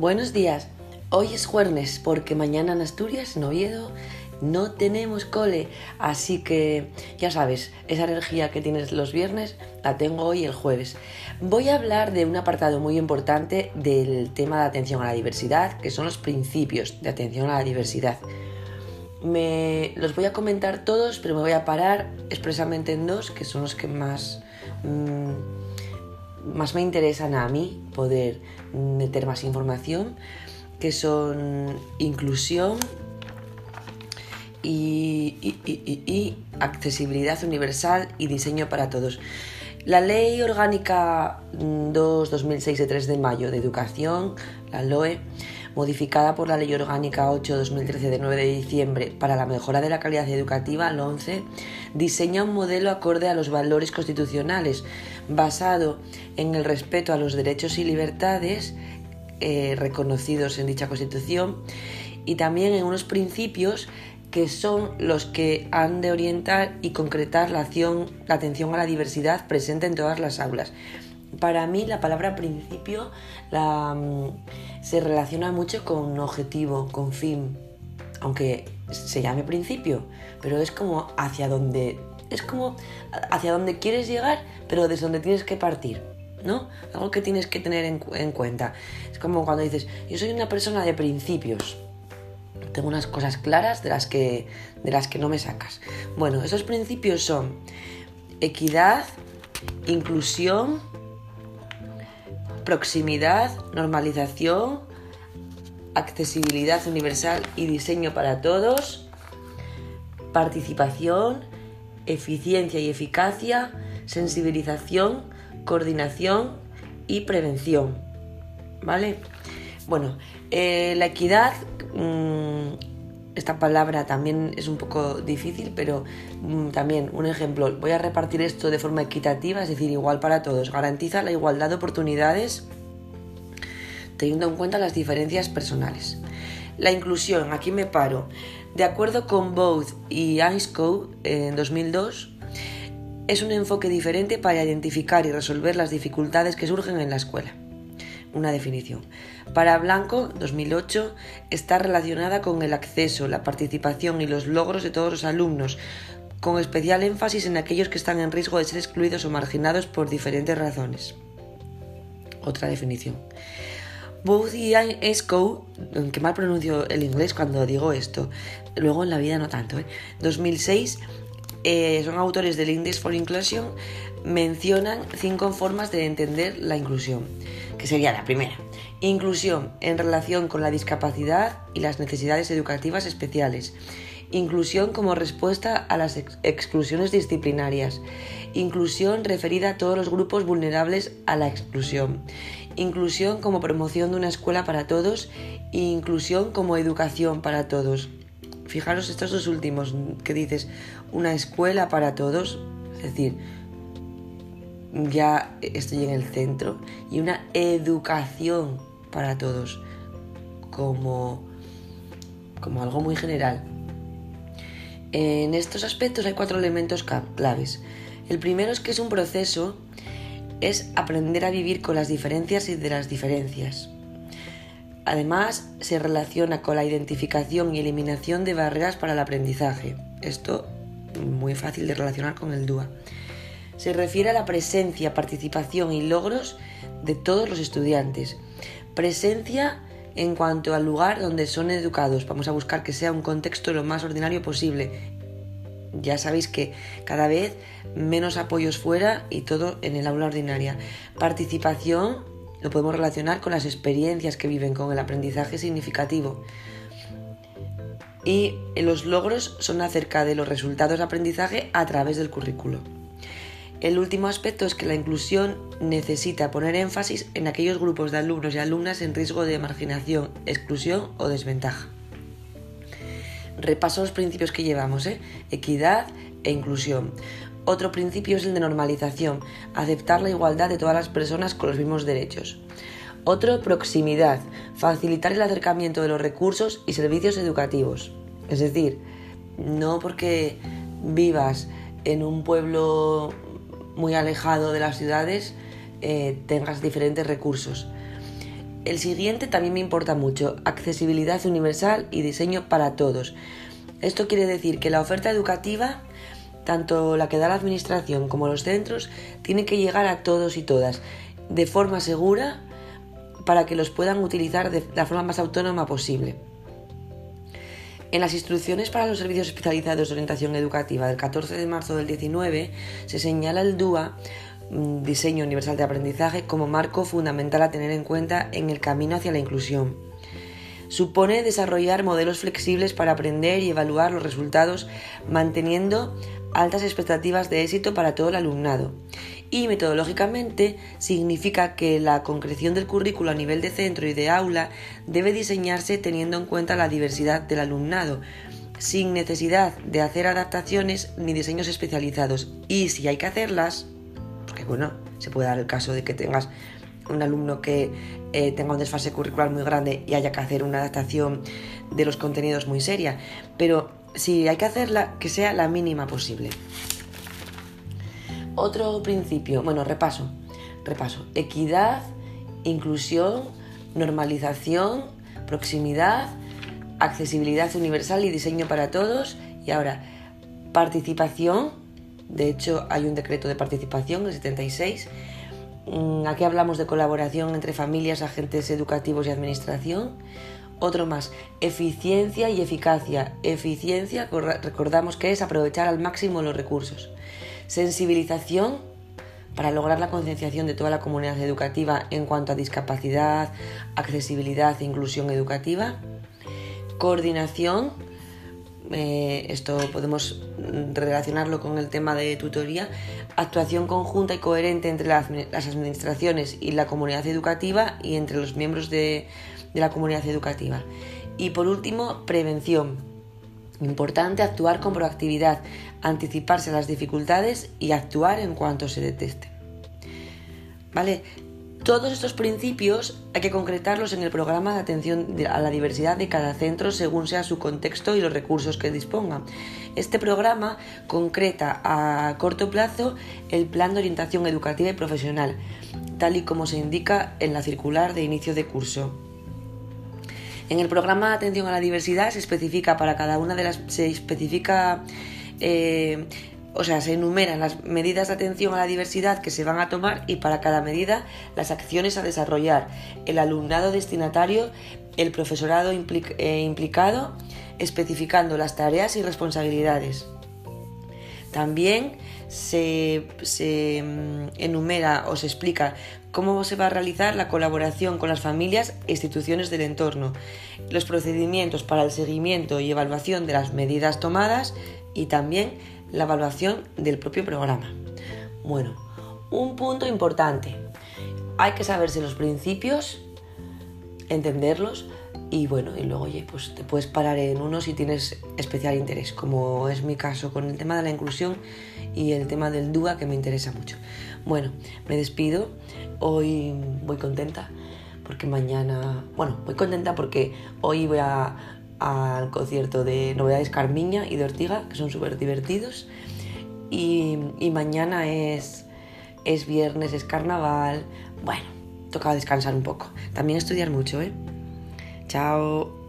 Buenos días, hoy es jueves porque mañana en Asturias, en Oviedo, no tenemos cole, así que ya sabes, esa energía que tienes los viernes la tengo hoy el jueves. Voy a hablar de un apartado muy importante del tema de atención a la diversidad, que son los principios de atención a la diversidad. Los voy a comentar todos, pero me voy a parar expresamente en dos, que son los que más me interesan a mí poder meter más información, que son inclusión y accesibilidad universal y diseño para todos. La Ley Orgánica 2/2006 de 3 de mayo de Educación, la LOE, modificada por la Ley Orgánica 8/2013 de 9 de diciembre para la mejora de la calidad educativa, la 11, diseña un modelo acorde a los valores constitucionales, basado en el respeto a los derechos y libertades reconocidos en dicha Constitución, y también en unos principios que son los que han de orientar y concretar la atención a la diversidad presente en todas las aulas. Para mí la palabra principio se relaciona mucho con objetivo, con fin, aunque se llame principio, pero es como hacia donde quieres llegar, pero desde donde tienes que partir, ¿no? Algo que tienes que tener en cuenta. Es como cuando dices, yo soy una persona de principios, tengo unas cosas claras de las que no me sacas. Bueno, esos principios son equidad, inclusión, proximidad, normalización, accesibilidad universal y diseño para todos, participación, eficiencia y eficacia, sensibilización, coordinación y prevención, ¿vale? Bueno, la equidad, esta palabra también es un poco difícil, pero también un ejemplo, voy a repartir esto de forma equitativa, es decir, igual para todos. Garantiza la igualdad de oportunidades teniendo en cuenta las diferencias personales. La inclusión, aquí me paro. De acuerdo con Booth y Ainscow en 2002, es un enfoque diferente para identificar y resolver las dificultades que surgen en la escuela. Una definición. Para Blanco, 2008, está relacionada con el acceso, la participación y los logros de todos los alumnos, con especial énfasis en aquellos que están en riesgo de ser excluidos o marginados por diferentes razones. Otra definición. Booth y Ainscow, que mal pronuncio el inglés cuando digo esto, luego en la vida no tanto, 2006, son autores del Index for Inclusion, mencionan 5 formas de entender la inclusión, que sería la primera: inclusión en relación con la discapacidad y las necesidades educativas especiales, inclusión como respuesta a las exclusiones disciplinarias, inclusión referida a todos los grupos vulnerables a la exclusión, inclusión como promoción de una escuela para todos e inclusión como educación para todos. Fijaros estos dos últimos, que dices una escuela para todos, es decir, ya estoy en el centro, y una educación para todos, como algo muy general. En estos aspectos hay 4 elementos claves. El primero es que es un proceso, es aprender a vivir con las diferencias y de las diferencias. Además, se relaciona con la identificación y eliminación de barreras para el aprendizaje. Esto muy fácil de relacionar con el DUA. Se refiere a la presencia, participación y logros de todos los estudiantes. Presencia en cuanto al lugar donde son educados. Vamos a buscar que sea un contexto lo más ordinario posible. Ya sabéis que cada vez menos apoyos fuera y todo en el aula ordinaria. Participación lo podemos relacionar con las experiencias que viven con el aprendizaje significativo. Y los logros son acerca de los resultados de aprendizaje a través del currículo. El último aspecto es que la inclusión necesita poner énfasis en aquellos grupos de alumnos y alumnas en riesgo de marginación, exclusión o desventaja. Repaso los principios que llevamos, equidad e inclusión. Otro principio es el de normalización, aceptar la igualdad de todas las personas con los mismos derechos. Otro, proximidad, facilitar el acercamiento de los recursos y servicios educativos. Es decir, no porque vivas en un pueblo muy alejado de las ciudades tengas diferentes recursos. El siguiente también me importa mucho, accesibilidad universal y diseño para todos. Esto quiere decir que la oferta educativa, tanto la que da la administración como los centros, tiene que llegar a todos y todas de forma segura para que los puedan utilizar de la forma más autónoma posible. En las instrucciones para los servicios especializados de orientación educativa del 14 de marzo del 19 se señala el DUA, Diseño Universal de Aprendizaje, como marco fundamental a tener en cuenta en el camino hacia la inclusión. Supone desarrollar modelos flexibles para aprender y evaluar los resultados manteniendo altas expectativas de éxito para todo el alumnado. Y metodológicamente significa que la concreción del currículo a nivel de centro y de aula debe diseñarse teniendo en cuenta la diversidad del alumnado, sin necesidad de hacer adaptaciones ni diseños especializados. Y si hay que hacerlas, porque se puede dar el caso de que tengas un alumno que tenga un desfase curricular muy grande y haya que hacer una adaptación de los contenidos muy seria, pero si hay que hacerla, que sea la mínima posible. Otro principio, repaso. Equidad, inclusión, normalización, proximidad, accesibilidad universal y diseño para todos. Y ahora, participación. De hecho, hay un decreto de participación, el 76. Aquí hablamos de colaboración entre familias, agentes educativos y administración. Otro más, eficiencia y eficacia. Eficiencia, recordamos que es aprovechar al máximo los recursos. Sensibilización, para lograr la concienciación de toda la comunidad educativa en cuanto a discapacidad, accesibilidad e inclusión educativa. Coordinación, esto podemos relacionarlo con el tema de tutoría. Actuación conjunta y coherente entre las administraciones y la comunidad educativa y entre los miembros de la comunidad educativa. Y por último, prevención. Importante actuar con proactividad, anticiparse a las dificultades y actuar en cuanto se detecten. ¿Vale? Todos estos principios hay que concretarlos en el programa de atención a la diversidad de cada centro según sea su contexto y los recursos que disponga. Este programa concreta a corto plazo el plan de orientación educativa y profesional, tal y como se indica en la circular de inicio de curso. En el programa de atención a la diversidad se especifica para cada una de las... se enumeran las medidas de atención a la diversidad que se van a tomar y para cada medida las acciones a desarrollar, el alumnado destinatario, el profesorado implicado, especificando las tareas y responsabilidades. También se enumera o se explica cómo se va a realizar la colaboración con las familias e instituciones del entorno, los procedimientos para el seguimiento y evaluación de las medidas tomadas y también la evaluación del propio programa. Bueno, un punto importante. Hay que saberse los principios, entenderlos y luego te puedes parar en uno si tienes especial interés, como es mi caso con el tema de la inclusión y el tema del DUA, que me interesa mucho. Bueno, me despido. Hoy voy contenta porque hoy voy al concierto de Novedades Carmiña y de Ortiga, que son súper divertidos, y mañana es viernes, es carnaval. Toca descansar un poco, también estudiar mucho, Chao.